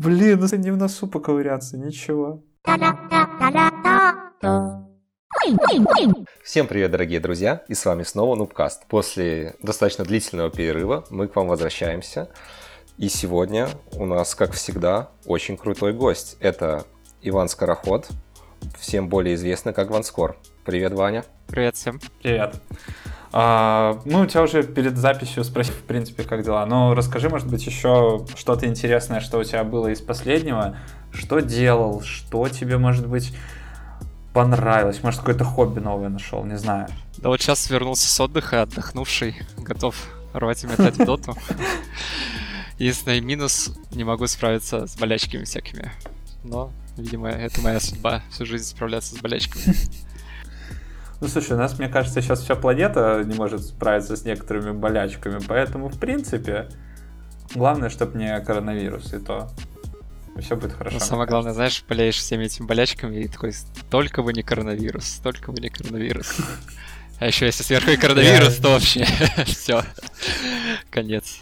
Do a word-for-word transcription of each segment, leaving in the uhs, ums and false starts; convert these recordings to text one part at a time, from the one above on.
Блин, ну не в носу поковыряться, ничего. Всем привет, дорогие друзья, и с вами снова Нубкаст. После достаточно длительного перерыва мы к вам возвращаемся. И сегодня у нас, как всегда, очень крутой гость. Это Иван Скороход, всем более известный как Ванскор. Привет, Ваня. Привет всем. Привет. А, мы у тебя уже перед записью спросили, в принципе, как дела. Но расскажи, может быть, еще что-то интересное, что у тебя было из последнего. Что делал, что тебе, может быть, понравилось? Может, какое-то хобби новое нашел, не знаю. Да вот сейчас вернулся с отдыха, отдохнувший, готов рвать и метать в доту. Единственный минус, не могу справиться с болячками всякими. Но, видимо, это моя судьба, всю жизнь справляться с болячками. Ну, слушай, у нас, мне кажется, сейчас вся планета не может справиться с некоторыми болячками, поэтому, в принципе, главное, чтобы не коронавирус, и то все будет хорошо. Но самое главное, знаешь, болеешь всеми этими болячками, и такой, только бы не коронавирус, только бы не коронавирус. А еще если сверху и коронавирус, то вообще все, конец.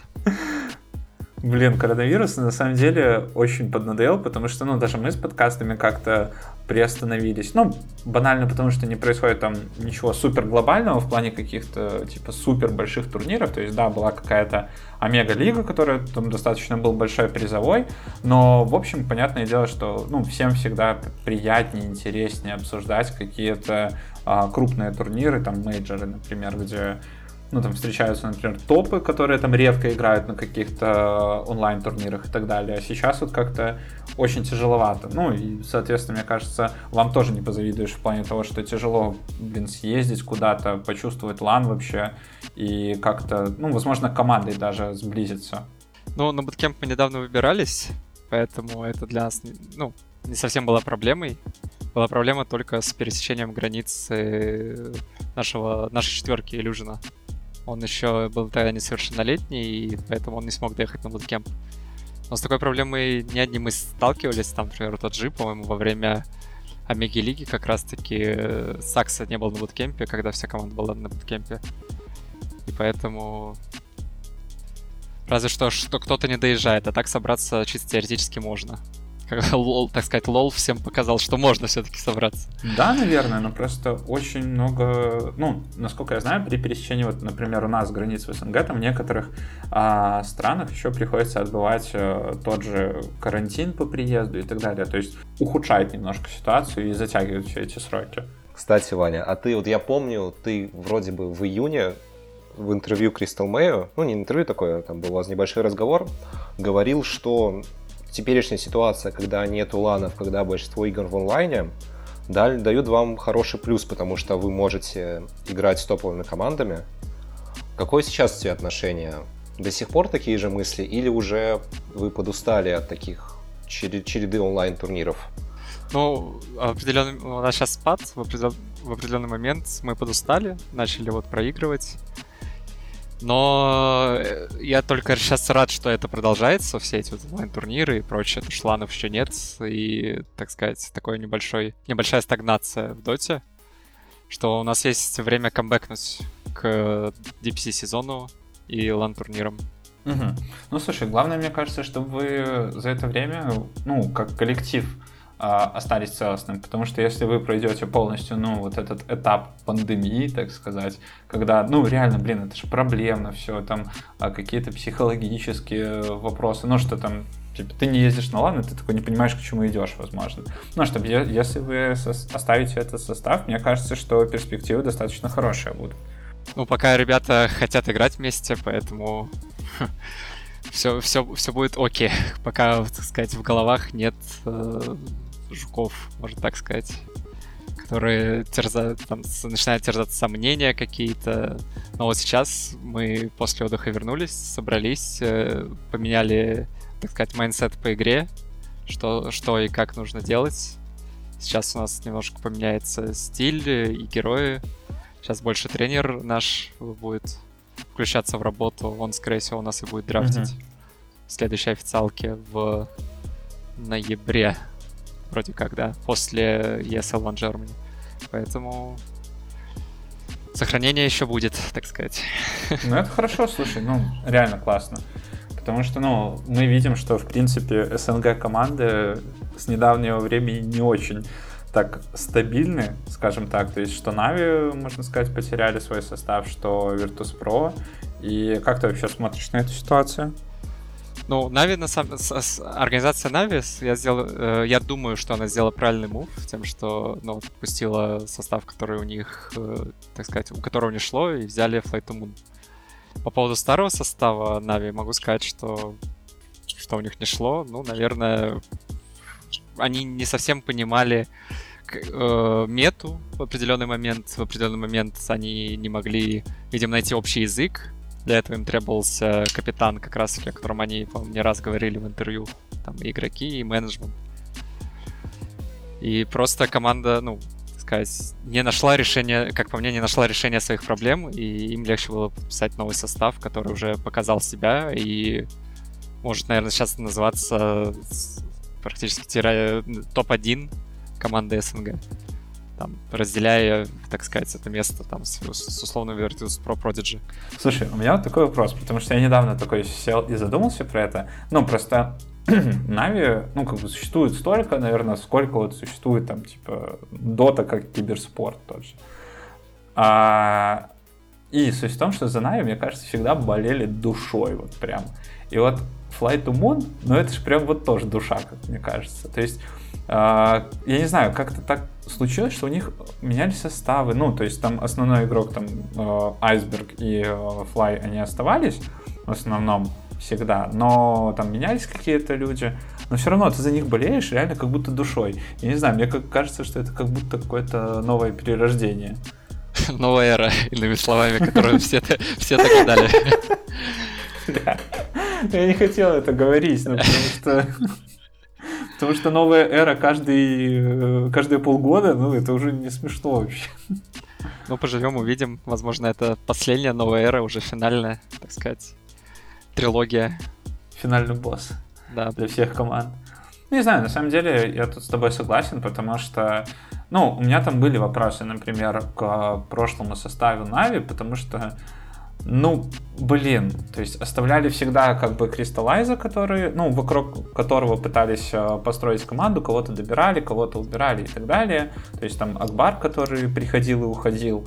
Блин, коронавирус на самом деле очень поднадоел, потому что, ну, даже мы с подкастами как-то приостановились. Ну, банально потому, что не происходит там ничего супер глобального в плане каких-то, типа, супер больших турниров. То есть, да, была какая-то Омега-лига, которая там достаточно был большой призовой, но, в общем, понятное дело, что, ну, всем всегда приятнее, интереснее обсуждать какие-то а, крупные турниры, там, мейджоры, например, где... Ну, там встречаются, например, топы, которые там редко играют на каких-то онлайн-турнирах и так далее. А сейчас вот как-то очень тяжеловато. Ну, и, соответственно, мне кажется, вам тоже не позавидуешь в плане того, что тяжело, блин, съездить куда-то, почувствовать лан вообще и как-то, ну, возможно, командой даже сблизиться. Ну, на буткемп мы недавно выбирались, поэтому это для нас, ну, не совсем была проблемой. Была проблема только с пересечением границы нашего, нашей четверки Illusion. Он еще был тогда несовершеннолетний, и поэтому он не смог доехать на буткемп. Но с такой проблемой не одни мы сталкивались. Там, например, тот G, по-моему, во время Омеги Лиги как раз-таки Сакса не был на буткемпе, когда вся команда была на буткемпе. И поэтому... Разве что, что кто-то не доезжает, а так собраться чисто теоретически можно. Когда лол, так сказать, лол всем показал, что можно все-таки собраться. Да, наверное, но просто очень много, ну, насколько я знаю, при пересечении, вот, например, у нас границ в СНГ, там в некоторых а, странах еще приходится отбывать а, тот же карантин по приезду и так далее. То есть ухудшает немножко ситуацию и затягивает все эти сроки. Кстати, Ваня, а ты, вот я помню, ты вроде бы в июне в интервью Crystal Mayo, ну не интервью такое, там был у вас небольшой разговор, говорил, что теперешняя ситуация, когда нету ланов, когда большинство игр в онлайне, дают вам хороший плюс, потому что вы можете играть с топовыми командами. Какое сейчас у тебя отношение? До сих пор такие же мысли или уже вы подустали от таких череды онлайн-турниров? Ну, определенный, у нас сейчас спад, в определенный, в определенный момент мы подустали, начали вот проигрывать. Но я только сейчас рад, что это продолжается, все эти вот онлайн-турниры и прочее, потому что ланов еще нет, и, так сказать, такой небольшой, небольшая стагнация в доте, что у нас есть время камбэкнуть к ди пи си-сезону и лан-турнирам. Угу. Ну, слушай, главное, мне кажется, чтобы вы за это время, ну, как коллектив, остались целостным, потому что если вы пройдете полностью, ну, вот этот этап пандемии, так сказать, когда, ну, реально, блин, это же проблемно все, там, какие-то психологические вопросы, ну, что там, типа, ты не ездишь на лан, и ты такой не понимаешь, к чему идешь, возможно. Ну, чтобы, если вы оставите этот состав, мне кажется, что перспективы достаточно хорошие будут. Ну, пока ребята хотят играть вместе, поэтому... Все, все, все будет окей, пока, так сказать, в головах нет э, жуков, можно так сказать, которые терзают, там, начинают терзаться сомнения какие-то. Но вот сейчас мы после отдыха вернулись, собрались, э, поменяли, так сказать, майндсет по игре, что, что и как нужно делать. Сейчас у нас немножко поменяется стиль и герои. Сейчас больше тренер наш будет включаться в работу, он, скорее всего, у нас и будет драфтить uh-huh. в следующей официалке в ноябре, вроде как, да, после и эс эл One Germany. Поэтому сохранение еще будет, так сказать. Ну, это хорошо, слушай, ну, реально классно. Потому что, ну, мы видим, что, в принципе, СНГ команды с недавнего времени не очень так стабильны, скажем так. То есть, что Na'Vi, можно сказать, потеряли свой состав, что Virtus.pro. И как ты вообще смотришь на эту ситуацию? Ну, Na'Vi, на самом организация Na'Vi, я, сделал, я думаю, что она сделала правильный мув тем, что, ну, отпустила состав, который у них, так сказать, у которого не шло, и взяли Fly to Moon. По поводу старого состава Na'Vi могу сказать, что, что у них не шло. Ну, наверное, они не совсем понимали э, мету в определенный момент. В определенный момент они не могли, видимо, найти общий язык. Для этого им требовался капитан, как раз таки, о котором они, по-моему, не раз говорили в интервью. Там и игроки, и менеджмент. И просто команда, ну, так сказать, не нашла решения, как по мне, не нашла решения своих проблем, и им легче было подписать новый состав, который уже показал себя, и может, наверное, сейчас называться практически тире, топ один команды СНГ. Там, разделяя, так сказать, это место там с, с условным Virtus.pro Prodigy. Слушай, у меня вот такой вопрос, потому что я недавно такой сел и задумался про это. Ну, просто Na'Vi, ну, как бы существует столько, наверное, сколько вот существует там, типа, Dota как киберспорт тот же. А... И суть в том, что за Na'Vi, мне кажется, всегда болели душой, вот прям. И вот Fly to Moon, ну, это же прям вот тоже душа, как мне кажется. То есть, я не знаю, как-то так случилось, что у них менялись составы, ну, то есть там основной игрок, там, Iceberg и Fly, они оставались в основном всегда, но там менялись какие-то люди, но все равно ты за них болеешь реально как будто душой. Я не знаю, мне как кажется, что это как будто какое-то новое перерождение. Новая эра, иными словами, которую все так ждали. Да, я не хотел это говорить, но потому что... Потому что новая эра каждый, каждые полгода, ну, это уже не смешно вообще. Ну, поживем, увидим. Возможно, это последняя новая эра, уже финальная, так сказать, трилогия. Финальный босс. Да. Для всех команд. Ну, не знаю, на самом деле, я тут с тобой согласен, потому что, ну, у меня там были вопросы, например, к прошлому составу Na'Vi, потому что, ну, блин, то есть оставляли всегда как бы Кристаллайза, который, ну, вокруг которого пытались построить команду, кого-то добирали, кого-то убирали и так далее. То есть там Акбар, который приходил и уходил.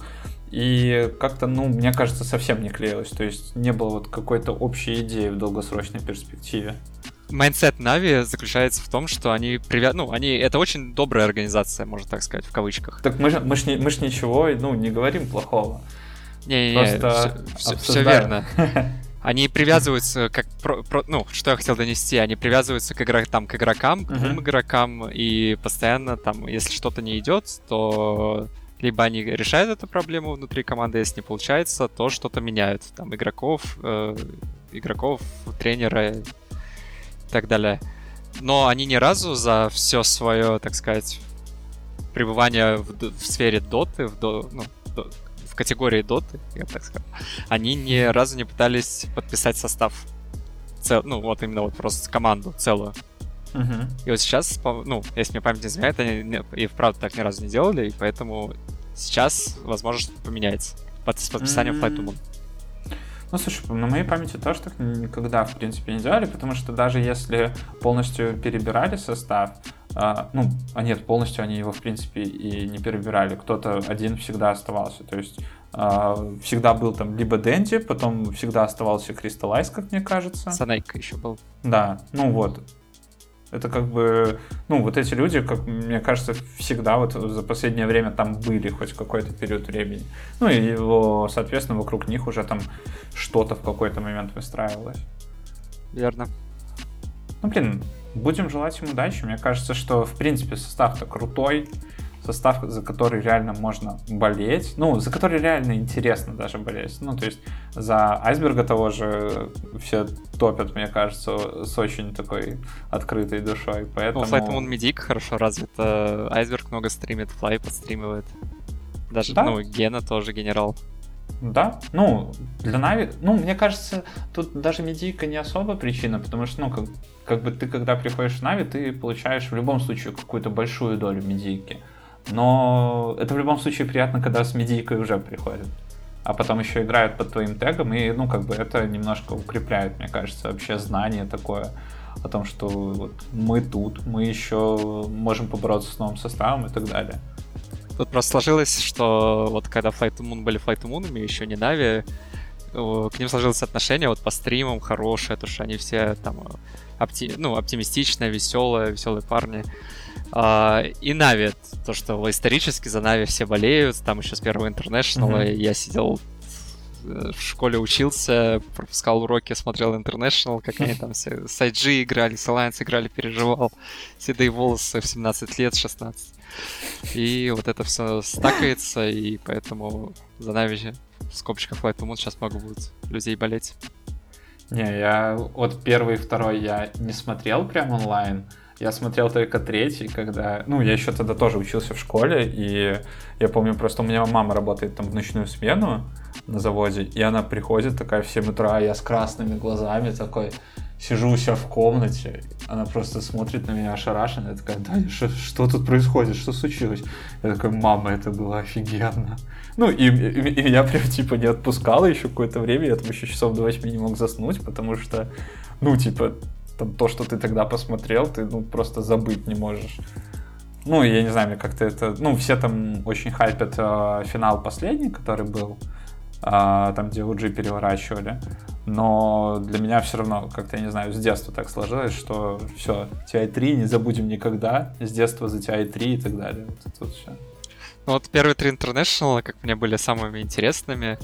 И как-то, ну, мне кажется, совсем не клеилось. То есть не было вот какой-то общей идеи в долгосрочной перспективе. Майндсет Na'Vi заключается в том, что они привя... ну, они это очень добрая организация, можно так сказать, в кавычках. Так мы же мы ж, мы ж ничего, ну, не говорим плохого. Не-не-не, все, все верно. Они привязываются, как про, про, ну, что я хотел донести, они привязываются к, игрок, там, к игрокам, к uh-huh. двум игрокам, и постоянно, там, если что-то не идет, то либо они решают эту проблему внутри команды, если не получается, то что-то меняют. Там, игроков, э, игроков, тренера и так далее. Но они ни разу за все свое, так сказать, пребывание в, в сфере доты, в, до, ну, до, в категории доты, я бы так сказал, они ни разу не пытались подписать состав. Цел, ну, вот именно вот просто команду целую. Uh-huh. И вот сейчас, ну, если мне память не изменяет, они и вправду так ни разу не делали, и поэтому сейчас, возможно, что-то поменяется под, с подписанием mm-hmm. Fly to Moon. Ну, слушай, на моей памяти тоже так никогда, в принципе, не делали, потому что даже если полностью перебирали состав, а, ну, а нет, полностью они его, в принципе, и не перебирали, кто-то один всегда оставался, то есть а, всегда был там либо Дэнди, потом всегда оставался Кристаллайз, как мне кажется. Санейка еще был. Да, ну вот. Это как бы, ну, вот эти люди, как мне кажется, всегда вот за последнее время там были хоть какой-то период времени. Ну, и его, соответственно, вокруг них уже там что-то в какой-то момент выстраивалось. Верно. Ну, блин, будем желать им удачи. Мне кажется, что, в принципе, состав-то крутой. Состав, за который реально можно болеть. Ну, за который реально интересно даже болеть. Ну, то есть за Айсберга того же все топят, мне кажется, с очень такой открытой душой. Поэтому... Ну, Fly to Moon медик хорошо развит. Айсберг много стримит, Fly подстримивает. Даже, да? Ну, Гена тоже генерал. Да, ну, для Na'Vi, ну, мне кажется, тут даже медийка не особо причина, потому что, ну, как, как бы ты, когда приходишь в Na'Vi, ты получаешь в любом случае какую-то большую долю медийки. Но это в любом случае приятно, когда с медийкой уже приходят. а потом еще играют под твоим тегом, и, ну, как бы это немножко укрепляет, мне кажется, вообще знание такое о том, что вот мы тут, мы еще можем побороться с новым составом и так далее. Тут просто сложилось, что вот когда Flight to Moon были Flight to Moon'ами, еще не Нави, к ним сложилось отношение вот по стримам хорошее, то что они все там опти... ну, оптимистичные, веселые, веселые парни. Uh, и Нави, то, что исторически за Нави все болеют, там еще с первого International mm-hmm. я сидел в школе, учился, пропускал уроки, смотрел International, как они там все с ай джи играли, с Alliance играли, переживал, седые волосы в семнадцать лет, шестнадцать. И вот это все стакается, и поэтому за Нави в скобочках Flight to Moon сейчас много будет людей болеть. Не, я вот первый и второй я не смотрел прям онлайн. Я смотрел только третий, когда... Ну, я еще тогда тоже учился в школе, и я помню, просто у меня мама работает там в ночную смену на заводе, и она приходит такая в семь утра, я с красными глазами такой сижу у себя в комнате, она просто смотрит на меня ошарашенно, такая: Даня, что, что тут происходит, что случилось? Я такой: мама, это было офигенно. Ну, и, и, и меня прям типа не отпускало еще какое-то время, я там еще часов до восьми не мог заснуть, потому что, ну, типа... Там, то, что ты тогда посмотрел, ты ну, просто забыть не можешь. Ну, я не знаю, мне как-то это... Ну, все там очень хайпят э, финал последний, который был, э, там, где о джи переворачивали. Но для меня все равно, как-то, я не знаю, с детства так сложилось, что все, ти ай три не забудем никогда, с детства за ти ай три и так далее. Вот это вот все. Ну, вот первые три International, как мне, были самыми интересными.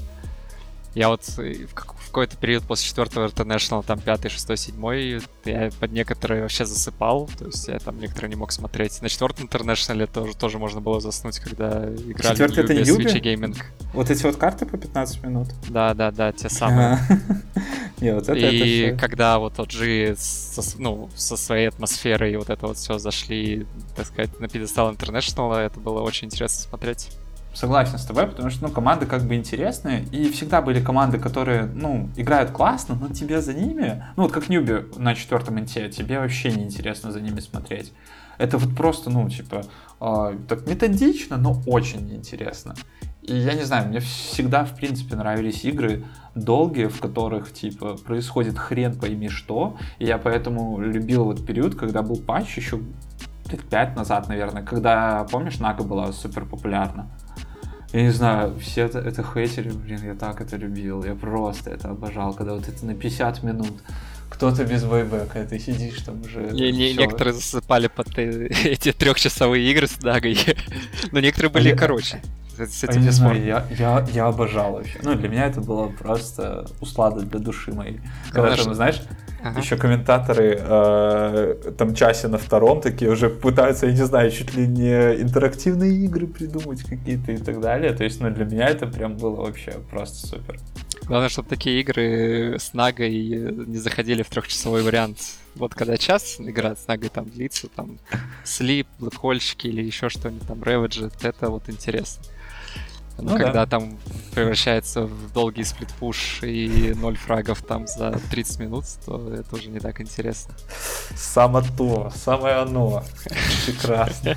Я вот в какой-то период после четвертого International, там пятый, шестой, седьмой, я под некоторые вообще засыпал, то есть я там некоторые не мог смотреть. На четвертом International тоже, тоже можно было заснуть, когда играли Четвертый в Юби, Switch Gaming. Вот эти вот карты по пятнадцать минут? Да, да, да, те самые. Не, вот это, и это когда вот о джи со, ну, со своей атмосферой и вот это вот все зашли, так сказать, на пьедестал International, это было очень интересно смотреть. Согласен с тобой, потому что, ну, команды как бы интересные, и всегда были команды, которые, ну, играют классно, но тебе за ними, ну, вот как Ньюби на четвертом инте, тебе вообще не интересно за ними смотреть. Это вот просто, ну, типа, э, так методично, но очень неинтересно. И я не знаю, мне всегда, в принципе, нравились игры долгие, в которых, типа, происходит хрен пойми что, и я поэтому любил вот период, когда был патч еще лет пять назад, наверное, когда, помнишь, Нага была супер популярна. Я не знаю, все это, это хейтили, блин, я так это любил, я просто это обожал, когда вот это на пятьдесят минут, кто-то без вейбэка, ты сидишь там уже... Не, не, некоторые засыпали под эти трехчасовые игры с Нагой, но некоторые были а короче. Я, с этим а не знаю, я, я, я обожал вообще. Ну, для меня это было просто услада для души моей. Когда там, знаешь, ага. еще комментаторы э, там часе на втором такие уже пытаются, я не знаю, чуть ли не интерактивные игры придумать какие-то и так далее. То есть, ну, для меня это прям было вообще просто супер. Главное, чтобы такие игры с Нагой не заходили в трехчасовой вариант. Вот когда час игра с Нагой там длится, там Sleep, блэкхольщики или еще что-нибудь, там Ravager, это вот интересно. Но ну, когда да. там превращается в долгий сплит-пуш и ноль фрагов там за тридцать минут, то это уже не так интересно. Само то, самое оно. Прекрасно.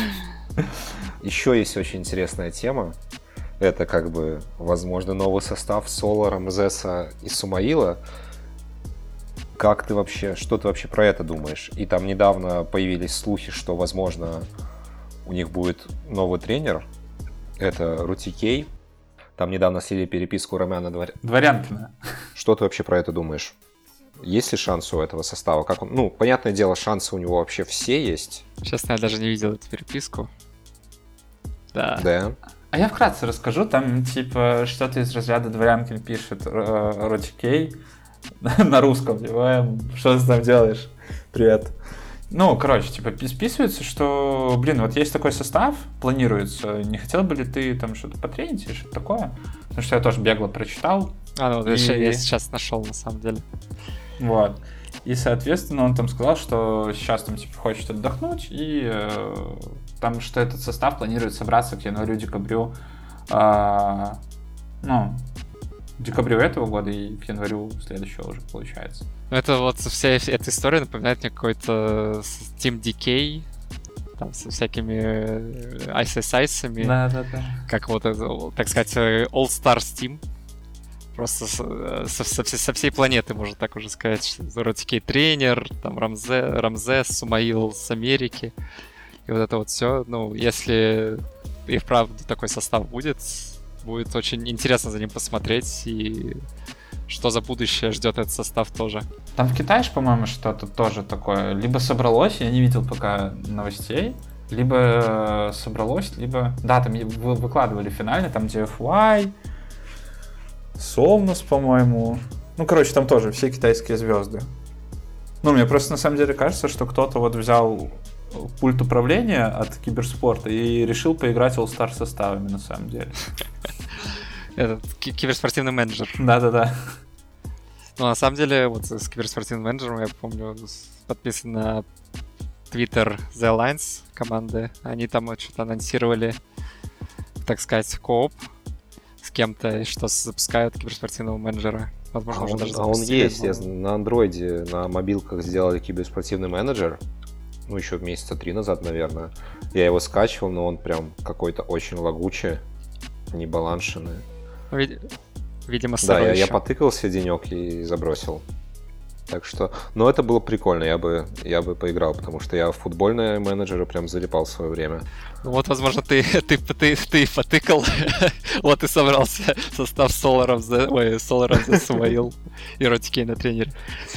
Еще есть очень интересная тема. Это как бы, возможно, новый состав Соло, Рамзеса и Сумаила. Как ты вообще, что ты вообще про это думаешь? И там недавно появились слухи, что, возможно, у них будет новый тренер. Это Рутикей. Там недавно слили переписку Романа Двор... Дворянкина. Что ты вообще про это думаешь? Есть ли шансы у этого состава? Как он... Ну, понятное дело, шансы у него вообще все есть. Честно, я даже не видел эту переписку. Да. Да. А я вкратце расскажу. Там, типа, что-то из разряда Дворянкин пишет Рутикей на русском. Типа, что ты там делаешь? Привет. Ну, короче, типа, списывается, что, блин, вот есть такой состав, планируется, не хотел бы ли ты там что-то потренить или что-то такое? Потому что я тоже бегло прочитал. А, ну, и... я сейчас нашел, на самом деле. Вот. И, соответственно, он там сказал, что сейчас там, типа, хочет отдохнуть, и э, там, что этот состав планирует собраться к январю-декабрю, э, ну, декабрю этого года и к январю следующего уже получается. Ну, это вот вся эта история напоминает мне какой-то Team Decay, там со всякими айс-айс-айсами. Да, да, да. Как вот, так сказать, All-Stars Team. Просто со, со, со, со всей планеты, можно так уже сказать. Что Ротикей тренер, там Рамзе, Рамзес, Сумаил с Америки. И вот это вот все. Ну, если и вправду такой состав будет, будет очень интересно за ним посмотреть. И что за будущее ждет этот состав тоже. Там в Китае, по-моему, что-то тоже такое. Либо собралось, я не видел пока новостей, либо собралось, либо... Да, там вы выкладывали финальный, там где эф уай, Солнус, по-моему. Ну, короче, там тоже все китайские звезды. Ну, мне просто на самом деле кажется, что кто-то вот взял пульт управления от киберспорта и решил поиграть All-Star составами, на самом деле. Этот киберспортивный менеджер. Да-да-да. Ну, на самом деле, вот с киберспортивным менеджером, я помню, подписан на Twitter The Alliance команды. Они там что-то анонсировали, так сказать, кооп с кем-то, и что запускают киберспортивного менеджера. Возможно, а уже он, даже а он запустили, есть. но... Я на андроиде, на мобилках сделали киберспортивный менеджер. Ну, еще месяца три назад, наверное. Я его скачивал, но он прям какой-то очень лагучий, небаланшенный. Вид... Видимо, да, я, еще. я потыкался денек и забросил. Так что, но это было прикольно, я бы, я бы поиграл, потому что я в футбольные менеджеры прям залипал в свое время. Ну вот, возможно, ты, ты, ты, ты потыкал, вот и собрался состав Солара, ой, Солара Сумаил и Ротикей на тренере.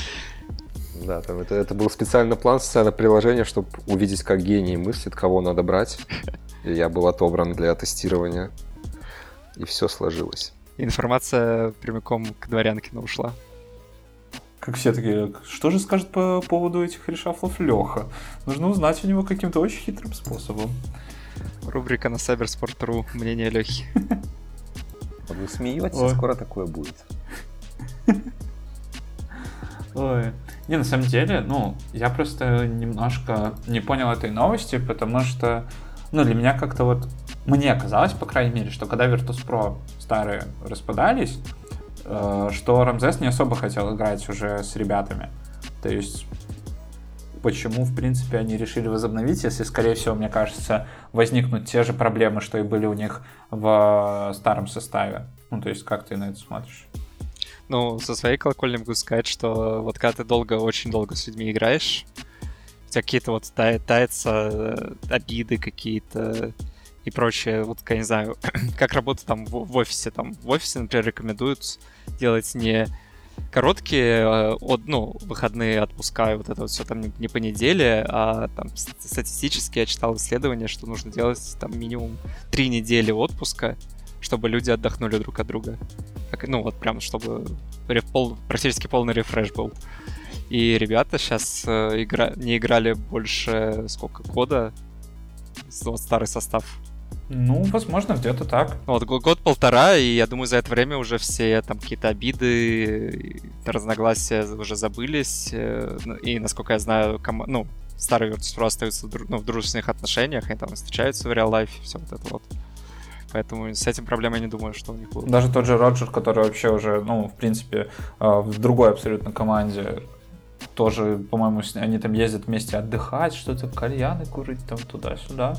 Да, там это, это был специальный план, специальное приложение, чтобы увидеть, как гений мыслит, кого надо брать. И я был отобран для тестирования. И все сложилось. Информация прямиком к Дворянкину ушла. Как все такие, что же скажет по поводу этих решафлов Леха? Нужно узнать у него каким-то очень хитрым способом. Рубрика на Cybersport точка ру. Мнение Лехи. Вы смеетесь, скоро такое будет. Ой. Не, на самом деле, ну, я просто немножко не понял этой новости, потому что, ну, для меня как-то вот, мне казалось, по крайней мере, что когда Virtus.pro старые распадались, э, что Рамзес не особо хотел играть уже с ребятами. То есть, почему, в принципе, они решили возобновить, если, скорее всего, мне кажется, возникнут те же проблемы, что и были у них в старом составе. Ну, то есть, как ты на это смотришь? Ну, со своей колокольни могу сказать, что вот когда ты долго, очень долго с людьми играешь, у тебя какие-то вот тай- таются обиды какие-то и прочее. Вот, я не знаю, как работать там в, в офисе. Там в офисе, например, рекомендуют делать не короткие, от, ну, выходные отпуска и вот это вот все там не по неделе, а там статистически я читал исследования, что нужно делать там минимум три недели отпуска, чтобы люди отдохнули друг от друга. Ну, вот прям, чтобы пол, практически полный рефреш был. И ребята сейчас э, игра, не играли больше, сколько, года? Вот старый состав. Ну, возможно, где-то так. Вот, год-полтора, и я думаю, за это время уже все там какие-то обиды, разногласия уже забылись. И, насколько я знаю, ком- ну, старые Virtus.pro остаются в, ну, в дружественных отношениях, они там встречаются в реал-лайфе, все вот это вот. Поэтому с этим проблемой я не думаю, что у них будет. Даже тот же Роджер, который вообще уже, ну, в принципе, в другой абсолютно команде, тоже, по-моему, они там ездят вместе отдыхать, что-то, кальяны курить там туда-сюда.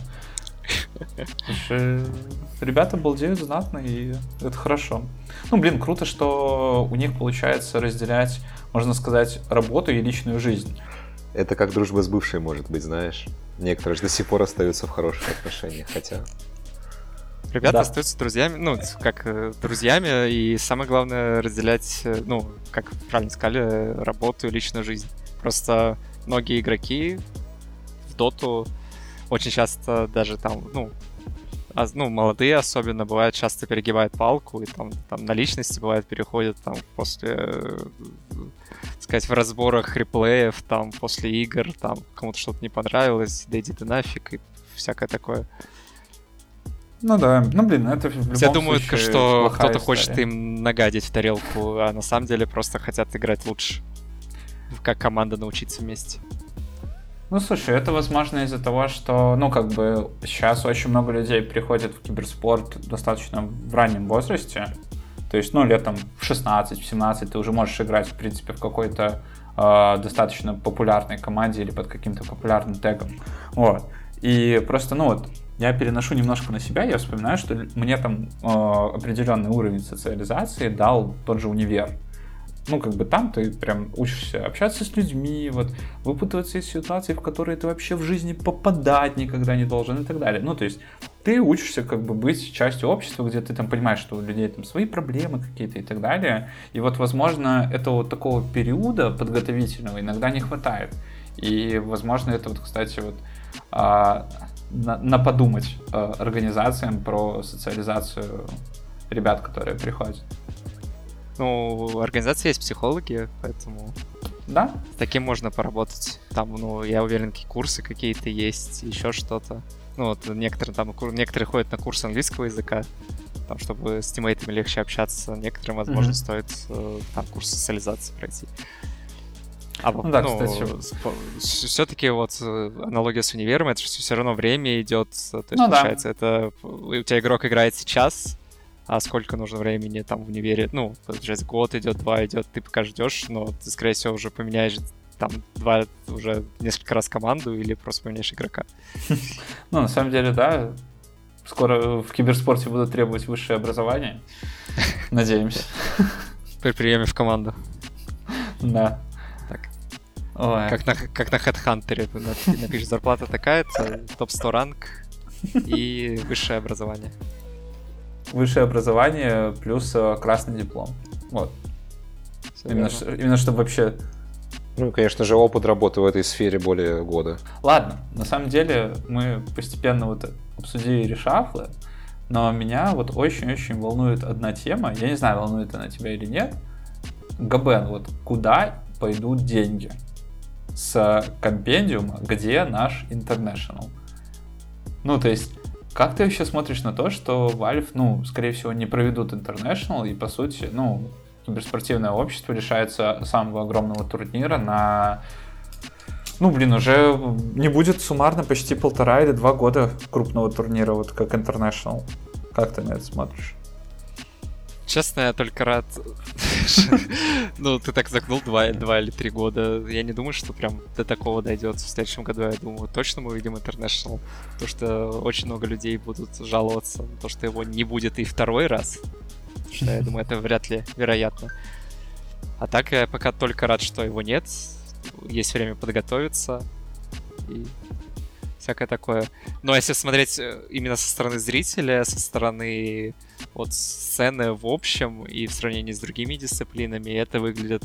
Ребята балдеют знатно, и это хорошо. Ну, блин, круто, что у них получается разделять, можно сказать, работу и личную жизнь. Это как дружба с бывшей, может быть, знаешь. Некоторые же до сих пор остаются в хороших отношениях, хотя... Ребята да. остаются друзьями, ну, как э, друзьями, и самое главное разделять, э, ну, как правильно сказали, работу и личную жизнь. Просто многие игроки в доту очень часто даже там, ну, а, ну, молодые особенно, бывает, часто перегибают палку, и там, там на личности, бывает, переходят там после, э, так сказать, в разборах реплеев, там, после игр, там, кому-то что-то не понравилось, да иди ты нафиг, и всякое такое. Ну да, ну блин, это в любом Все думают, случае что кто-то история. хочет им нагадить в тарелку, а на самом деле просто хотят играть лучше. Как команда научиться вместе. Ну слушай, это возможно из-за того, что, ну как бы сейчас очень много людей приходят в киберспорт достаточно в раннем возрасте. То есть, ну летом в шестнадцать, в семнадцать ты уже можешь играть, в принципе, в какой-то э, достаточно популярной команде или под каким-то популярным тегом. Вот. И просто, ну вот, я переношу немножко на себя, я вспоминаю, что мне там э, определенный уровень социализации дал тот же универ. Ну, как бы там ты прям учишься общаться с людьми, вот, выпутываться из ситуаций, в которые ты вообще в жизни попадать никогда не должен и так далее. Ну, то есть ты учишься как бы быть частью общества, где ты там понимаешь, что у людей там свои проблемы какие-то и так далее. И вот, возможно, этого вот такого периода подготовительного иногда не хватает. И, возможно, это вот, кстати, вот а, на, на подумать а, организациям про социализацию ребят, которые приходят. Ну, у организации есть психологи, поэтому да? С таким можно поработать. Там, ну, я уверен, какие курсы какие-то есть, еще что-то. Ну, вот некоторые там, некоторые ходят на курс английского языка, там, чтобы с тиммейтами легче общаться. Некоторым, возможно, mm-hmm. стоит э, там курс социализации пройти. А, ну, да, ну, кстати. Все-таки вот аналогия с универом, это все равно время идет. То есть, ну, получается, да. это у тебя игрок играет сейчас, а сколько нужно времени там в универе, ну, получается, год идет, два идет, ты пока ждешь, но ты, скорее всего, уже поменяешь там два, уже несколько раз команду или просто поменяешь игрока. Ну, на самом деле, да, скоро в киберспорте будут требовать высшее образование, надеемся. При приеме в команду. Да. Так. Как на, как на HeadHunter, напишешь, зарплата такая-то, топ сто ранг и высшее образование. Высшее образование плюс э, красный диплом. Вот. Именно, ш, именно чтобы вообще... Ну, конечно же, опыт работы в этой сфере более года. Ладно, на самом деле мы постепенно вот обсудили решафлы, но меня вот очень-очень волнует одна тема. Я не знаю, волнует она тебя или нет. Габен, вот куда пойдут деньги с компендиума, где наш International? Ну, то есть... Как ты вообще смотришь на то, что Valve, ну, скорее всего, не проведут International, и, по сути, ну, киберспортивное общество лишается самого огромного турнира на... Ну, блин, уже не будет суммарно почти полтора или два года крупного турнира, вот как International. Как ты на это смотришь? Честно, я только рад. Ну, ты так загнул два, два или три года. Я не думаю, что прям до такого дойдет. В следующем году, я думаю, точно мы увидим International. Потому что очень много людей будут жаловаться на то, что его не будет и второй раз. Что, я думаю, это вряд ли вероятно. А так, я пока только рад, что его нет. Есть время подготовиться. И всякое такое. Но если смотреть именно со стороны зрителя, со стороны вот сцены в общем и в сравнении с другими дисциплинами, это выглядит,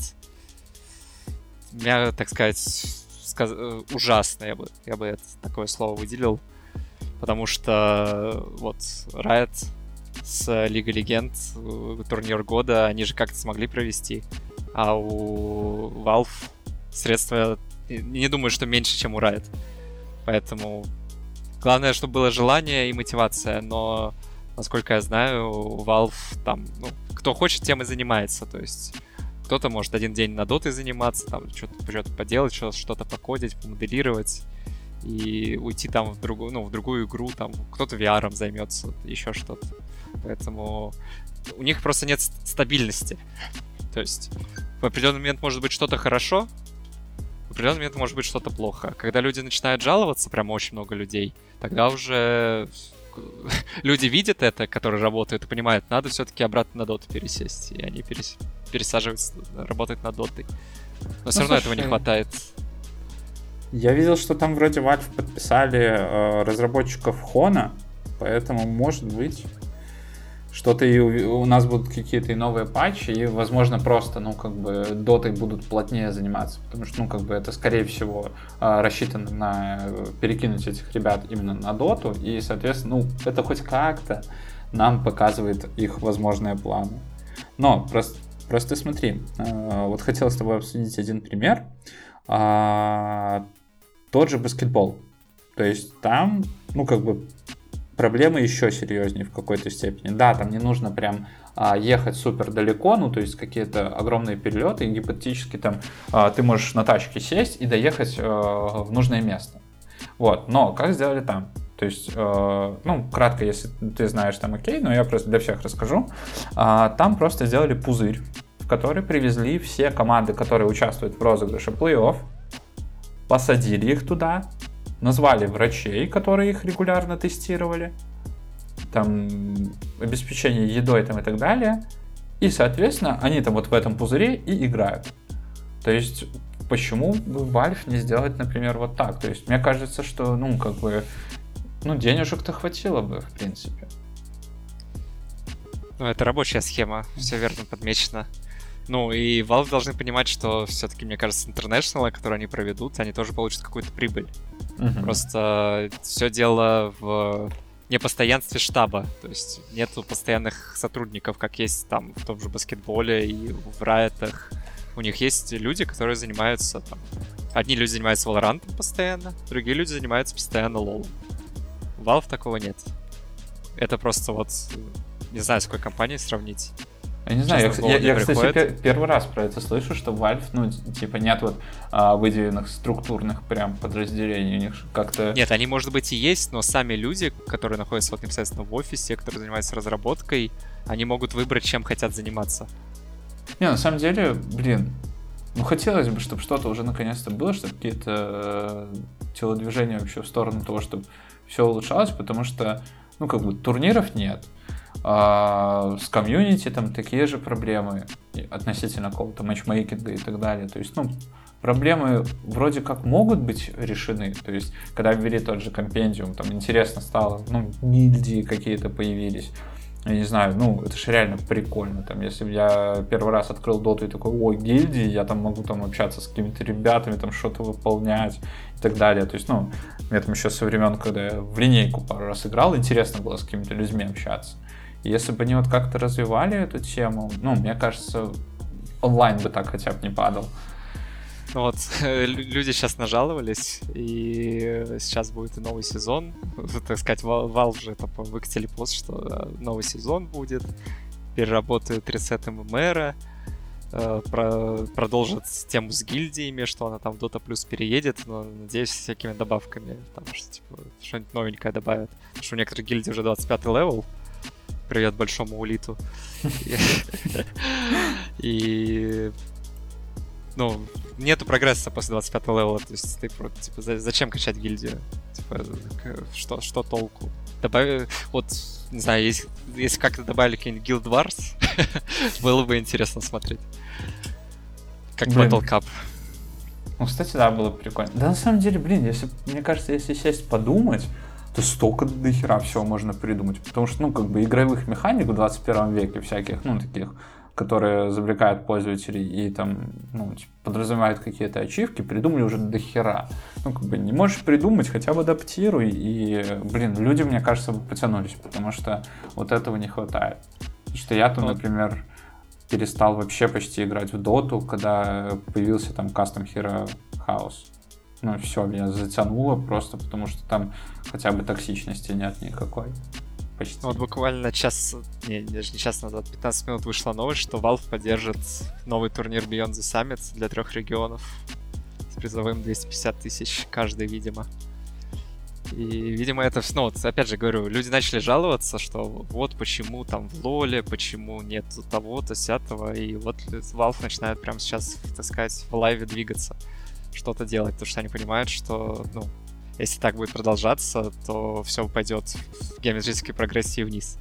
мягко так сказать, сказ... ужасно, я бы, я бы это, такое слово выделил. Потому что вот Riot с Лигой Легенд турнир года они же как-то смогли провести, а у Valve средства, не думаю, что меньше, чем у Riot. Поэтому главное, чтобы было желание и мотивация, но, насколько я знаю, у Valve там, ну, кто хочет, тем и занимается, то есть кто-то может один день на дотой заниматься, там, что-то, что-то поделать, что-то покодить, помоделировать и уйти там в другую, ну, в другую игру, там, кто-то ви ар займется, еще что-то. Поэтому у них просто нет стабильности. То есть в определенный момент может быть что-то хорошо, в определенный момент может быть что-то плохо. Когда люди начинают жаловаться, прям очень много людей, тогда уже люди видят это, которые работают, и понимают, надо все-таки обратно на доту пересесть. И они перес... пересаживаются, работать над дотой. Но ну, все равно слушай, этого не хватает. Я видел, что там вроде Valve подписали э, разработчиков Хона, поэтому, может быть, что-то и у, у нас будут какие-то и новые патчи, и, возможно, просто, ну, как бы, дотой будут плотнее заниматься, потому что, ну, как бы, это, скорее всего, э, рассчитано на перекинуть этих ребят именно на доту, и, соответственно, ну, это хоть как-то нам показывает их возможные планы. Но, просто, просто смотри, э, вот хотел с тобой обсудить один пример. А, тот же баскетбол. То есть там, ну, как бы, проблемы еще серьезнее в какой-то степени. Да, там не нужно прям а, ехать супер далеко, ну, то есть какие-то огромные перелеты, и гипотетически там а, ты можешь на тачке сесть и доехать а, в нужное место. Вот, но как сделали там? То есть, а, ну, кратко, если ты знаешь, там окей, но я просто для всех расскажу. А, там просто сделали пузырь, в который привезли все команды, которые участвуют в розыгрыше плей-офф, посадили их туда, назвали врачей, которые их регулярно тестировали, там, обеспечение едой там, и так далее, и, соответственно, они там вот в этом пузыре и играют. То есть, почему бы Valve не сделать, например, вот так? То есть, мне кажется, что, ну, как бы, ну, денежек-то хватило бы, в принципе. Ну, это рабочая схема, все верно подмечено. Ну, и Valve должны понимать, что все-таки, мне кажется, International, которые они проведут, они тоже получат какую-то прибыль. Uh-huh. Просто все дело в непостоянстве штаба. То есть нету постоянных сотрудников, как есть там в том же баскетболе и в Riot'ах. У них есть люди, которые занимаются там... Одни люди занимаются Valorant постоянно, другие люди занимаются постоянно лол. У Valve такого нет. Это просто вот... Не знаю, с какой компанией сравнить. Я не знаю, я, я, я кстати, пер, первый раз про это слышу, что Valve, ну, типа, нет вот а, выделенных структурных прям подразделений, у них как-то... Нет, они, может быть, и есть, но сами люди, которые находятся вот непосредственно в офисе, которые занимаются разработкой, они могут выбрать, чем хотят заниматься. Не, на самом деле, блин, ну, хотелось бы, чтобы что-то уже наконец-то было, чтобы какие-то э, телодвижения вообще в сторону того, чтобы все улучшалось, потому что, ну, как бы, турниров нет. А с комьюнити там такие же проблемы относительно какого-то матчмейкинга и так далее. То есть, ну, проблемы вроде как могут быть решены. То есть, когда ввели тот же компендиум, там интересно стало, ну, гильдии какие-то появились. Я не знаю, ну, это же реально прикольно. Там, если бы я первый раз открыл доту и такой, ой, гильдии, я там могу там общаться с какими-то ребятами, там что-то выполнять и так далее. То есть, ну, мне там еще со времен, когда я в линейку пару раз играл, интересно было с какими-то людьми общаться. Если бы они вот как-то развивали эту тему, ну, мне кажется, онлайн бы так хотя бы не падал. Ну вот, люди сейчас нажаловались, и сейчас будет и новый сезон. Так сказать, Valve же там выкатили пост, что новый сезон будет, переработают ресет эм эм эр, про, продолжат тему с гильдиями, что она там в Dota Plus переедет, но, надеюсь, с всякими добавками, там, что, типа, что-нибудь новенькое добавят. Потому что у некоторых гильдий уже двадцать пятый левел. Привет большому улиту. И... Ну, нету прогресса после двадцать пятого левела. То есть ты просто, типа, зачем качать гильдию? Типа, что, что толку? Добавили... Вот, не знаю, если, если как-то добавили какие-нибудь Guild Wars, было бы интересно смотреть. Как Battle Cup. Ну, кстати, да, было прикольно. Да, на самом деле, блин, если, мне кажется, если сесть подумать, то столько до хера всего можно придумать. Потому что, ну, как бы игровых механик в двадцать первом веке всяких, ну, таких, которые завлекают пользователей и там, ну, типа, подразумевают какие-то ачивки, придумали уже до хера. Ну, как бы не можешь придумать, хотя бы адаптируй. И, блин, люди, мне кажется, бы потянулись, потому что вот этого не хватает. Потому что я там, например, перестал вообще почти играть в доту, когда появился там Custom Hero House. Ну, все, меня затянуло просто, потому что там хотя бы токсичности нет никакой. Почти. Вот буквально час, не, даже не час назад, пятнадцать минут вышла новость, что Valve поддержит новый турнир Beyond the Summit для трех регионов с призовым двести пятьдесят тысяч каждый, видимо. И, видимо, это, ну, вот, опять же говорю, люди начали жаловаться, что вот почему там в лоле, почему нет того-то, сятого, и вот Valve начинает прямо сейчас, так сказать, в лайве двигаться, что-то делать, потому что они понимают, что, ну, если так будет продолжаться, то все пойдет в геометрической прогрессии вниз.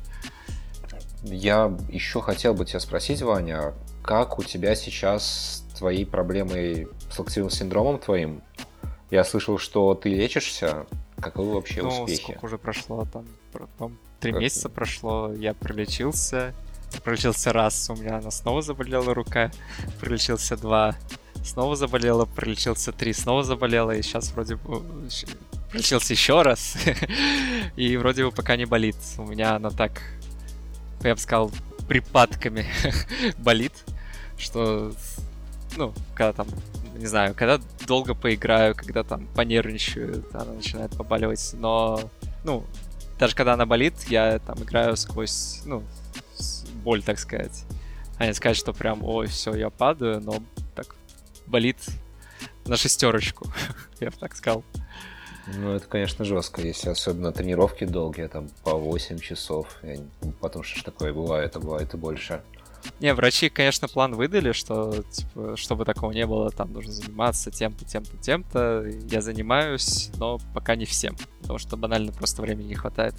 Я еще хотел бы тебя спросить, Ваня, как у тебя сейчас с твоей проблемой с лактивным синдромом твоим? Я слышал, что ты лечишься. Каковы вообще ну, успехи? Сколько уже прошло? Там, там три как... месяца прошло, я пролечился. Пролечился раз, у меня она снова заболела рука. Пролечился два, снова заболела. Пролечился три, снова заболела. И сейчас вроде бы пролечился еще раз. И вроде бы пока не болит. У меня она так, я бы сказал, припадками болит. Что, ну, когда там, не знаю, когда долго поиграю, когда там понервничаю, она начинает побаливать. Но, ну, даже когда она болит, я там играю сквозь, ну, боль, так сказать. А не сказать, что прям, ой, все, я падаю, но так болит на шестерочку, я бы так сказал. Ну, это, конечно, жестко, если особенно тренировки долгие, там, по восемь часов. Я... Потом что ж такое бывает, а бывает и больше. Не, врачи, конечно, план выдали, что, типа, чтобы такого не было, там нужно заниматься тем-то, тем-то, тем-то. Я занимаюсь, но пока не всем, потому что банально просто времени не хватает.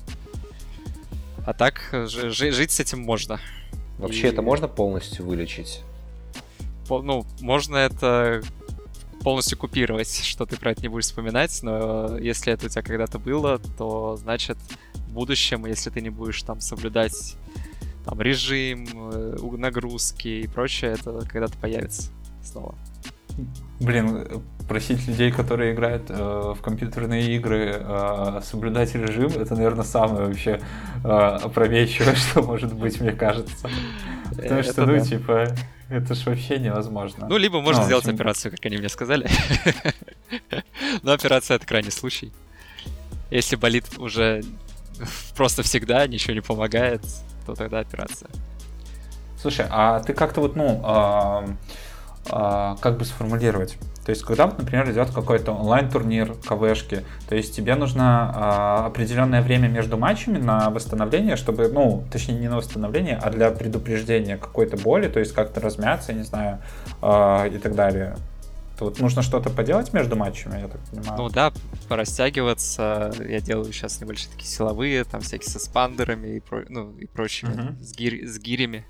А так, ж- жить с этим можно. Вообще И... это можно полностью вылечить? По- ну, можно это полностью купировать, что ты про это не будешь вспоминать, но если это у тебя когда-то было, то значит в будущем, если ты не будешь там соблюдать там режим, нагрузки и прочее, это когда-то появится снова. Блин, просить людей, которые играют э, в компьютерные игры, э, соблюдать режим, это, наверное, самое вообще э, опрометчивое, что может быть, мне кажется. Потому что, ну, типа, это ж вообще невозможно. Ну, либо можно сделать операцию, как они мне сказали. Но операция — это крайний случай. Если болит уже просто всегда, ничего не помогает, то тогда операция. Слушай, а ты как-то вот, ну, а, а, как бы сформулировать? То есть, когда, например, идет какой-то онлайн-турнир КВшки, то есть тебе нужно а, определенное время между матчами на восстановление, чтобы, ну, точнее, не на восстановление, а для предупреждения какой-то боли, то есть как-то размяться, не знаю, а, и так далее. То вот нужно что-то поделать между матчами, я так понимаю? Ну да, порастягиваться. Я делаю сейчас небольшие такие силовые, там всякие со спандерами и, про... ну, и прочими, uh-huh. с, гир... с гирями.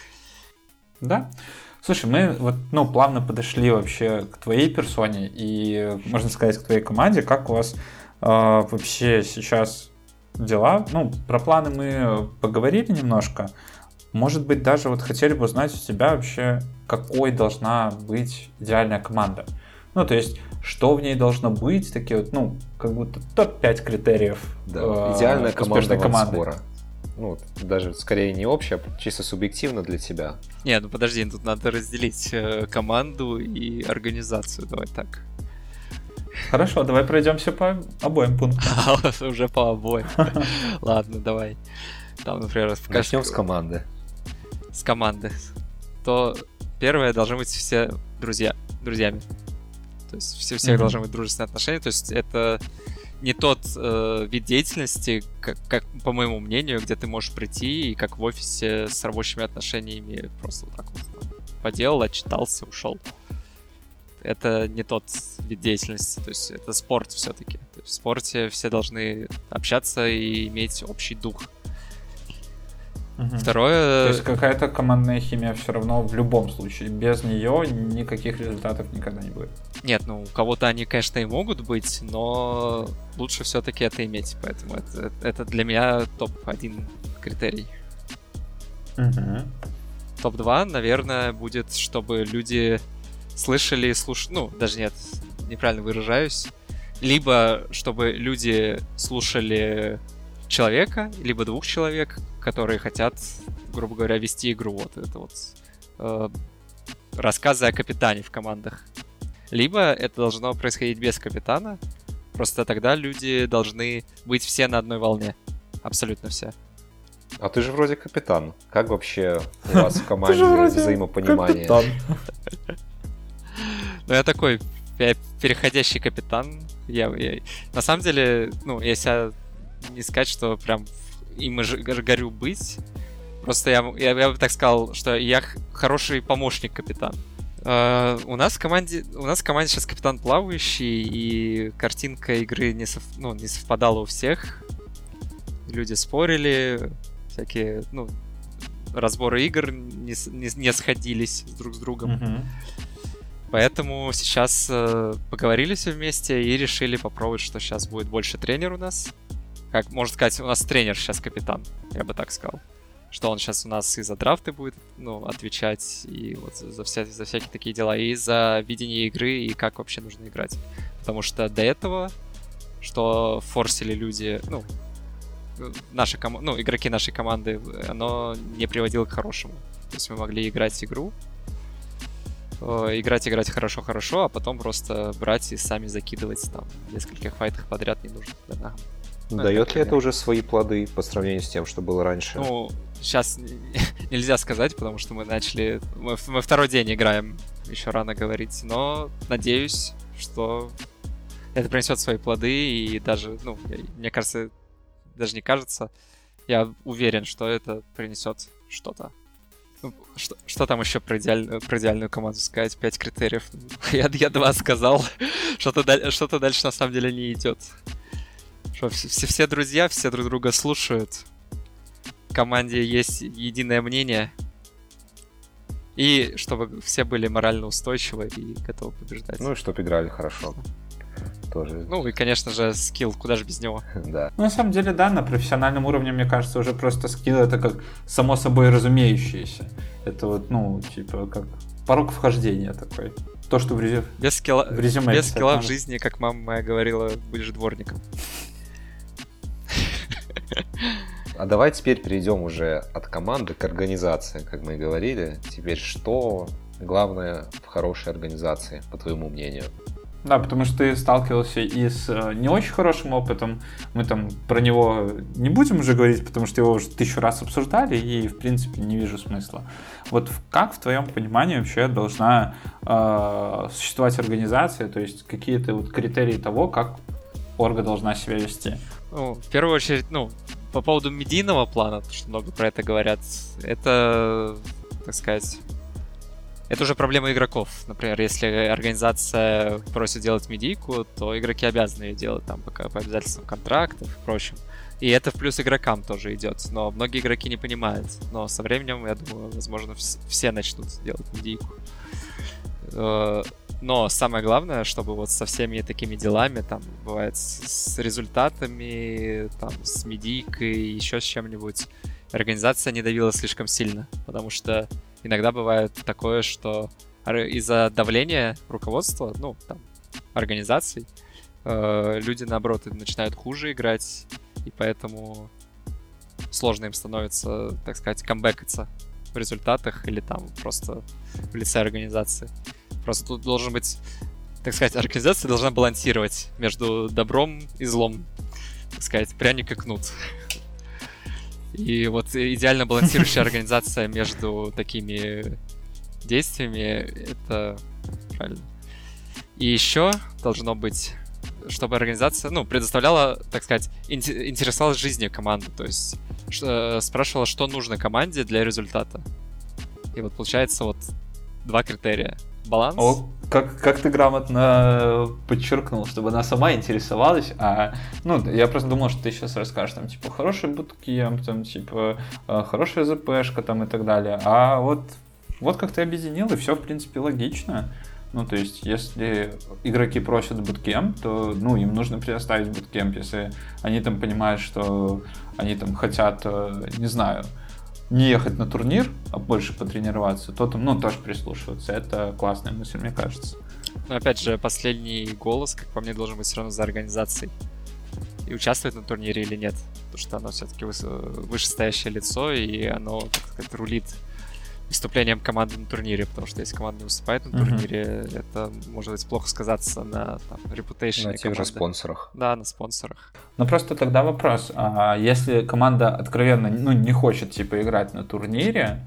Да. Слушай, мы вот, ну, плавно подошли вообще к твоей персоне и, можно сказать, к твоей команде. Как у вас э, вообще сейчас дела? Ну, про планы мы поговорили немножко. Может быть, даже вот хотели бы узнать у тебя вообще, какой должна быть идеальная команда. Ну, то есть, что в ней должно быть, такие вот, ну, как будто топ пять критериев да, э, идеальная команда команды. Вансфора. Ну, даже скорее не общая, а чисто субъективно для тебя. Не, ну подожди, тут надо разделить э, команду и организацию, давай так. Хорошо, давай пройдемся по обоим пунктам. Уже по обоим. Ладно, давай. Там, например, начнем с команды. С команды. То первое, должны быть все друзья, друзьями. То есть все, всех mm-hmm. должны быть дружественные отношения. То есть это не тот э, вид деятельности, как, как, по моему мнению, где ты можешь прийти и как в офисе с рабочими отношениями просто вот так вот там, поделал, отчитался, ушел. Это не тот вид деятельности, то есть это спорт все-таки. То есть в спорте все должны общаться и иметь общий дух. Угу. Второе... То есть какая-то командная химия все равно в любом случае. Без нее никаких результатов никогда не будет. Нет, ну у кого-то они, конечно, и могут быть, но лучше все-таки это иметь. Поэтому это, это для меня топ один критерий. Угу. топ два, наверное, будет, чтобы люди слышали, слушали... Ну, даже нет, неправильно выражаюсь. Либо чтобы люди слушали человека, либо двух человек, которые хотят, грубо говоря, вести игру. Вот это вот э, рассказы о капитане в командах. Либо это должно происходить без капитана, просто тогда люди должны быть все на одной волне. Абсолютно все. А ты же вроде капитан. Как вообще у вас в команде взаимопонимание? Ну, я такой переходящий капитан. Я, я... На самом деле, ну, если не сказать, что прям им же горю быть. Просто я, я, я бы так сказал, что я хороший помощник капитан. Uh, у нас в команде у нас в команде сейчас капитан плавающий, и картинка игры не, сов, ну, не совпадала у всех. Люди спорили, всякие, ну, разборы игр не, не, не сходились друг с другом. Mm-hmm. Поэтому сейчас uh, поговорили все вместе и решили попробовать, что сейчас будет больше тренер у нас. Как можно сказать, у нас тренер сейчас капитан, я бы так сказал. Что он сейчас у нас и за драфты будет, ну, отвечать, и вот за, вся, за всякие такие дела, и за видение игры, и как вообще нужно играть. Потому что до этого, что форсили люди, ну, наши ком... ну, игроки нашей команды, оно не приводило к хорошему. То есть мы могли играть игру, играть, играть хорошо-хорошо, а потом просто брать и сами закидывать там в нескольких файтах подряд не нужно. Да. Ну, дает ли это уже свои плоды по сравнению с тем, что было раньше? Ну, сейчас нельзя сказать, потому что мы начали... Мы, мы второй день играем, еще рано говорить, но надеюсь, что это принесет свои плоды, и даже, ну, мне кажется, даже не кажется, я уверен, что это принесет что-то. Ну, что, что там еще про, идеаль, про идеальную команду сказать? Пять критериев. Я, я два сказал. Что-то, что-то дальше на самом деле не идет. Что все, все друзья, все друг друга слушают. В команде есть единое мнение. И чтобы все были морально устойчивы и готовы побеждать. Ну и чтобы играли хорошо. Тоже. Ну и, конечно же, скилл, куда же без него. Да. Ну, на самом деле, да, на профессиональном уровне, мне кажется, уже просто скилл это как само собой разумеющееся. Это вот, ну, типа, как порог вхождения такой. То, что в, резю... без скилла, в резюме. Без скилла в жизни, как мама моя говорила, будешь дворником. А давай теперь перейдем уже от команды к организации, как мы и говорили. Теперь что главное в хорошей организации, по твоему мнению? Да, потому что ты сталкивался и с не очень хорошим опытом. Мы там про него не будем уже говорить, потому что его уже тысячу раз обсуждали, и, в принципе, не вижу смысла. Вот как, в твоем понимании, вообще должна э, существовать организация, то есть какие-то вот критерии того, как орга должна себя вести? Ну, в первую очередь, ну, по поводу медийного плана, потому что много про это говорят, это, так сказать... Это уже проблема игроков. Например, если организация просит делать медийку, то игроки обязаны ее делать там по, по обязательствам контрактов и прочим. И это в плюс игрокам тоже идет. Но многие игроки не понимают. Но со временем, я думаю, возможно, вс- все начнут делать медийку. Но самое главное, чтобы вот со всеми такими делами, там, бывает, с, с результатами, там, с медийкой, еще с чем-нибудь, организация не давила слишком сильно. Потому что иногда бывает такое, что из-за давления руководства, ну, там, организаций, э, люди, наоборот, начинают хуже играть, и поэтому сложно им становится, так сказать, камбэкаться в результатах или там просто в лице организации. Просто тут должен быть, так сказать, организация должна балансировать между добром и злом, так сказать, пряник и кнут. И вот идеально балансирующая организация между такими действиями, это правильно. И еще должно быть, чтобы организация, ну, предоставляла, так сказать, интересовалась жизнью команды, то есть что, спрашивала, что нужно команде для результата. И вот получается вот два критерия. Баланс. О, как, как ты грамотно подчеркнул, чтобы она сама интересовалась, а, ну, я просто думал, что ты сейчас расскажешь, там, типа, хороший буткемп, там, типа, хорошая ЗПшка, там, и так далее, а вот, вот как ты объединил, и все, в принципе, логично. Ну, то есть, если игроки просят буткемп, то, ну, им нужно предоставить буткемп, если они там понимают, что они там хотят, не знаю, не ехать на турнир, а больше потренироваться, то там, ну, тоже прислушиваться. Это классная мысль, мне кажется. Но опять же, последний голос, как по мне, должен быть все равно за организацией. И участвовать на турнире или нет. Потому что оно все-таки вышестоящее лицо, и оно, так сказать, рулит выступлением команды на турнире. Потому что если команда не выступает на турнире, mm-hmm. это может быть плохо сказаться на репутейшне. На тех команды. же спонсорах. Да, на спонсорах. Ну просто тогда вопрос, а если команда откровенно, ну, не хочет, типа, играть на турнире,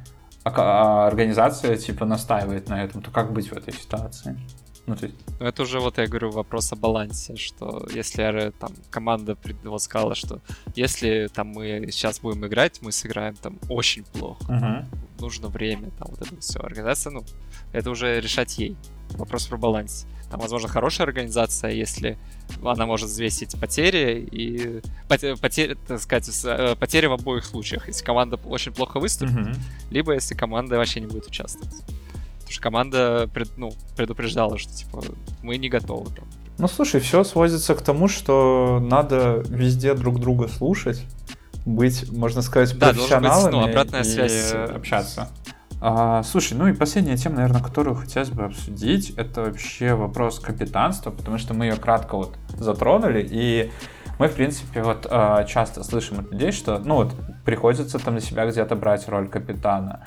а организация, типа, настаивает на этом, то как быть в этой ситуации? Ну, то есть... ну это уже, вот я говорю, вопрос о балансе, что если там команда вот сказала, что если там мы сейчас будем играть, мы сыграем там очень плохо, uh-huh. там, нужно время, там вот это все. Организация, ну, это уже решать ей. Вопрос про баланс. Там, возможно, хорошая организация, если она может взвесить потери и потери, так сказать, потери в обоих случаях. Если команда очень плохо выступит, uh-huh. либо если команда вообще не будет участвовать. Потому что команда пред, ну, предупреждала, что типа мы не готовы. Там. Ну слушай, все сводится к тому, что надо везде друг друга слушать, быть, можно сказать, да, профессионалами, быть, ну, обратная и связь. общаться. А, слушай, ну и последняя тема, наверное, которую хотелось бы обсудить, это вообще вопрос капитанства, потому что мы ее кратко вот затронули, и мы, в принципе, вот часто слышим от людей, что, ну вот, приходится там на себя где-то брать роль капитана.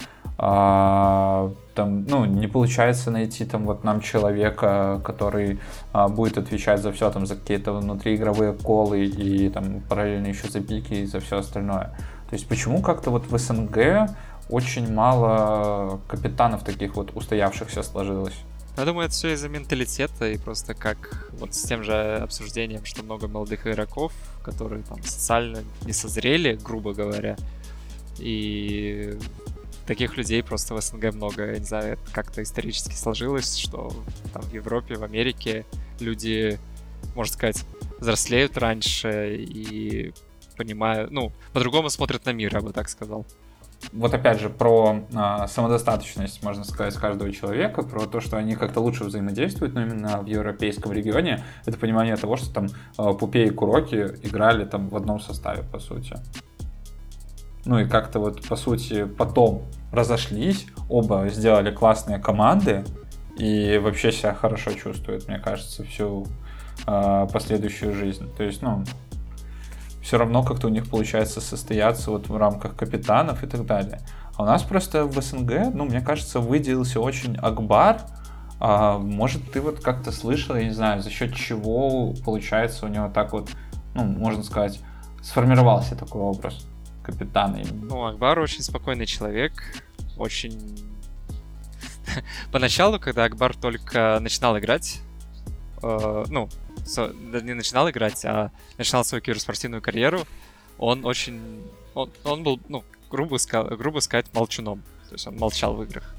А, там, ну, не получается найти там вот нам человека, который а, будет отвечать за все, там, за какие-то внутриигровые колы и там параллельно еще за пики и за все остальное. То есть почему как-то вот в СНГ очень мало капитанов таких вот устоявшихся сложилось? Я думаю, это все из-за менталитета и просто как вот с тем же обсуждением, что много молодых игроков, которые там социально не созрели, грубо говоря, и таких людей просто в СНГ много. Я не знаю, это как-то исторически сложилось, что там в Европе, в Америке люди, можно сказать, взрослеют раньше и понимают, ну, по-другому смотрят на мир, я бы так сказал. Вот опять же про э, самодостаточность, можно сказать, каждого человека, про то, что они как-то лучше взаимодействуют, но именно в европейском регионе это понимание того, что там э, Пупей и Куроки играли там в одном составе, по сути. Ну и как-то вот, по сути, потом разошлись, оба сделали классные команды и вообще себя хорошо чувствуют, мне кажется, всю э, последующую жизнь. То есть, ну... все равно как-то у них получается состояться вот в рамках капитанов и так далее. А у нас просто в СНГ, ну, мне кажется, выделился очень Акбар. А, может, ты вот как-то слышал, я не знаю, за счет чего, получается, у него так вот, ну, можно сказать, сформировался такой образ капитана именно. Ну, Акбар очень спокойный человек, очень... Поначалу, когда Акбар только начинал играть, э, ну, не начинал играть, а начинал свою киберспортивную карьеру, он очень... Он, он был, ну, грубо, грубо сказать, молчуном. То есть он молчал в играх.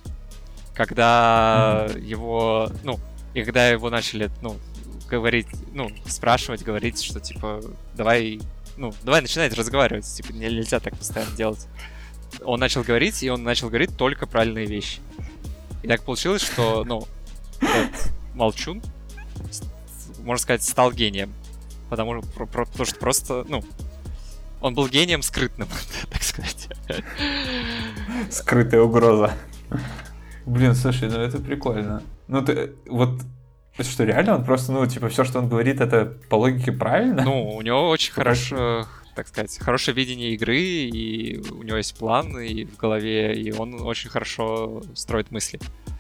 Когда mm-hmm. его... Ну, и когда его начали, ну, говорить, ну, спрашивать, говорить, что, типа, давай... Ну, давай начинать разговаривать, типа, нельзя так постоянно делать. Он начал говорить, и он начал говорить только правильные вещи. И так получилось, что, ну, этот молчун, можно сказать, стал гением. Потому, про, про, потому что просто, ну, он был гением скрытным, так сказать. Скрытая угроза. Блин, слушай, ну это прикольно. Ну ты, вот, это что, реально он просто, ну, типа, все, что он говорит, это по логике правильно? Ну, у него очень хорошо, так сказать, хорошее видение игры, и у него есть план и в голове, и он очень хорошо строит мысли.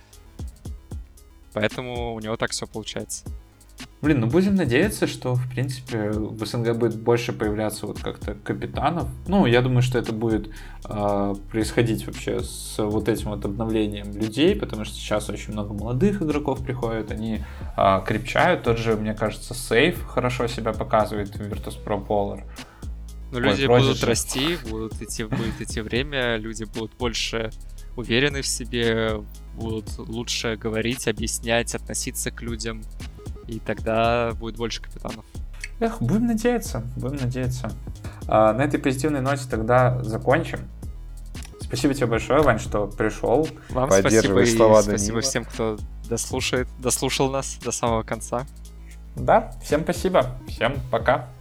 Поэтому у него так все получается. Блин, ну будем надеяться, что, в принципе, в СНГ будет больше появляться вот как-то капитанов. Ну, я думаю, что это будет э, происходить вообще с вот этим вот обновлением людей, потому что сейчас очень много молодых игроков приходят, они э, крепчают. Тот же, мне кажется, Сейф хорошо себя показывает в Virtus.pro Polar. Ну, люди Ой, будут расти, будут идти, будет идти время, люди будут больше уверены в себе, будут лучше говорить, объяснять, относиться к людям. И тогда будет больше капитанов. Эх, будем надеяться, будем надеяться. А, на этой позитивной ноте тогда закончим. Спасибо тебе большое, Вань, что пришел. Вам спасибо и спасибо всем, кто дослушает, дослушал нас до самого конца. Да, всем спасибо, всем пока.